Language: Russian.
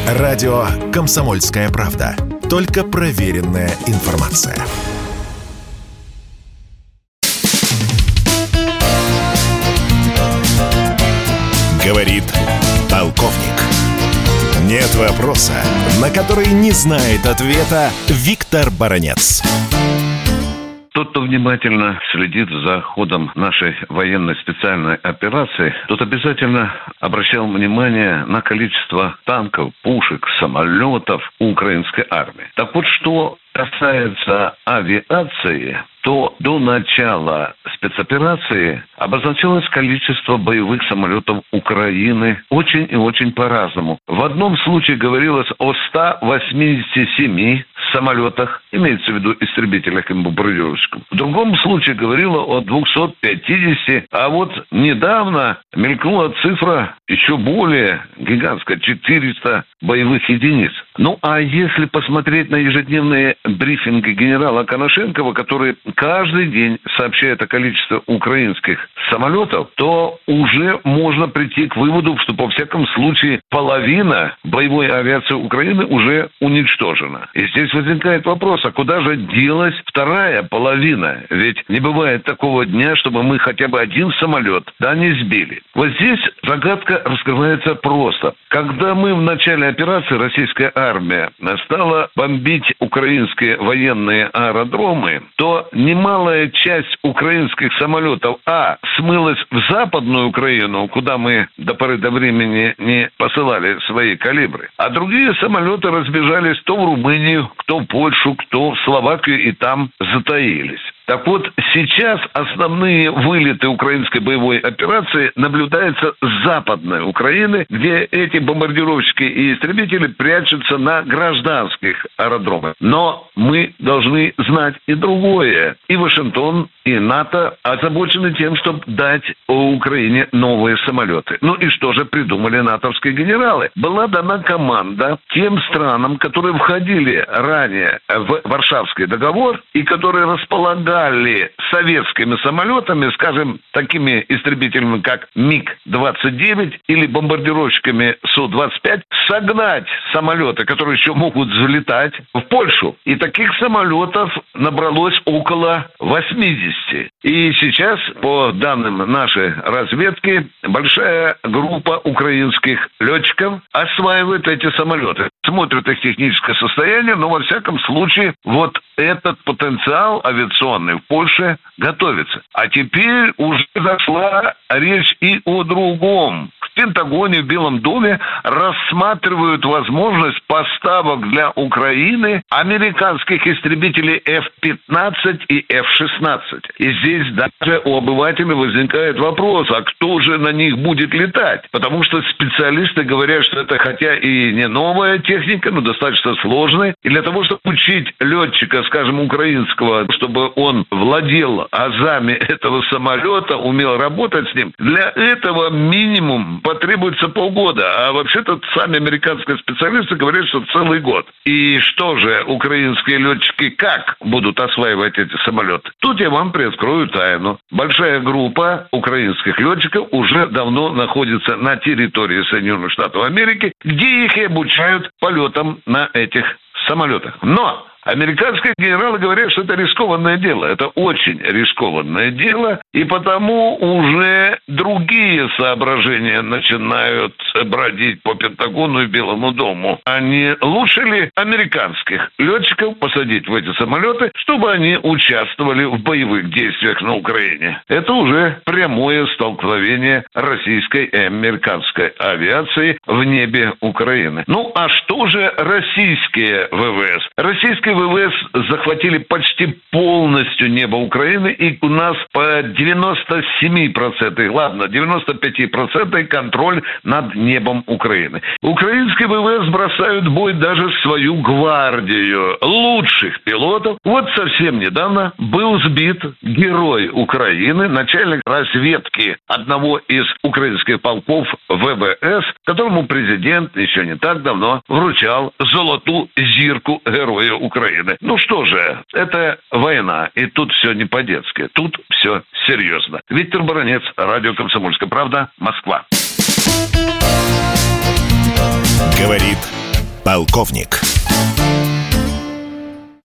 Радио «Комсомольская правда». Только проверенная информация. Говорит полковник. Нет вопроса, на который не знает ответа Виктор Баранец. Тот, кто внимательно следит за ходом нашей военной специальной операции, тот обязательно обращал внимание на количество танков, пушек, самолетов у украинской армии. Так вот, что касается авиации, то до начала спецоперации обозначалось количество боевых самолетов Украины очень и очень по-разному. В одном случае говорилось о 187 самолетах, имеется в виду истребителях и бомбардировщиков. В другом случае говорило о 250, а вот недавно мелькнула цифра еще более гигантская, 400 боевых единиц. Ну, а если посмотреть на ежедневные брифинги генерала Коношенкова, который каждый день сообщает о количестве украинских самолетов, то уже можно прийти к выводу, что, по всяком случае, половина боевой авиации Украины уже уничтожена. И здесь возникает вопрос, а куда же делась вторая половина? Ведь не бывает такого дня, чтобы мы хотя бы один самолет, не сбили. Вот здесь загадка раскрывается просто. Когда мы в начале операции, российская армия стала бомбить украинские военные аэродромы, то немалая часть украинских самолетов смылась в Западную Украину, куда мы до поры до времени не посылали свои калибры, а другие самолеты разбежались то в Румынию, кто в Польшу, кто в Словакию, и там затаились. Так вот, сейчас основные вылеты украинской боевой операции наблюдаются с Западной Украины, где эти бомбардировщики и истребители прячутся на гражданских аэродромах. Но мы должны знать и другое. И Вашингтон, и НАТО озабочены тем, чтобы дать Украине новые самолеты. Ну и что же придумали натовские генералы? Была дана команда тем странам, которые входили ранее в Варшавский договор и которые располагали советскими самолетами, скажем, такими истребителями, как МиГ-29 или бомбардировщиками Су-25, согнать самолеты, которые еще могут взлетать, в Польшу. И таких самолетов набралось около 80. И сейчас, по данным нашей разведки, большая группа украинских летчиков осваивает эти самолеты. Смотрят их техническое состояние, но во всяком случае вот этот потенциал авиационный в Польше готовится. А теперь уже зашла речь и о другом. В Пентагоне, в Белом доме рассматривают возможность поставок для Украины американских истребителей F-15 и F-16. И здесь даже у обывателя возникает вопрос, а кто же на них будет летать? Потому что специалисты говорят, что это хотя и не новая техника, но достаточно сложная. И для того, чтобы учить летчика, скажем, украинского, чтобы он владел азами этого самолета, умел работать с ним, для этого минимум потребуется полгода. А вообще-то сами американские специалисты говорят, что целый год. И что же, украинские летчики как будут осваивать эти самолеты? Тут я вам приоткрою тайну. Большая группа украинских летчиков уже давно находится на территории Соединенных Штатов Америки, где их и обучают полетам на этих самолетах. Но американские генералы говорят, что это рискованное дело. Это очень рискованное дело. И потому уже другие соображения начинают бродить по Пентагону и Белому дому. А не лучше ли американских летчиков посадить в эти самолеты, чтобы они участвовали в боевых действиях на Украине? Это уже прямое столкновение российской и американской авиации в небе Украины. Ну, а что же российские ВВС? Российские ВВС захватили почти полностью небо Украины, и у нас по 97%, ладно, 95% контроль над небом Украины. Украинские ВВС бросают в бой даже свою гвардию лучших пилотов. Вот совсем недавно был сбит герой Украины, начальник разведки одного из украинских полков ВВС, которому президент еще не так давно вручал золотую зірку Героя Украины. Ну что же, это война, и тут все не по-детски, тут все серьезно. Виктор Баранец, радио «Комсомольская правда», Москва. Говорит Полковник.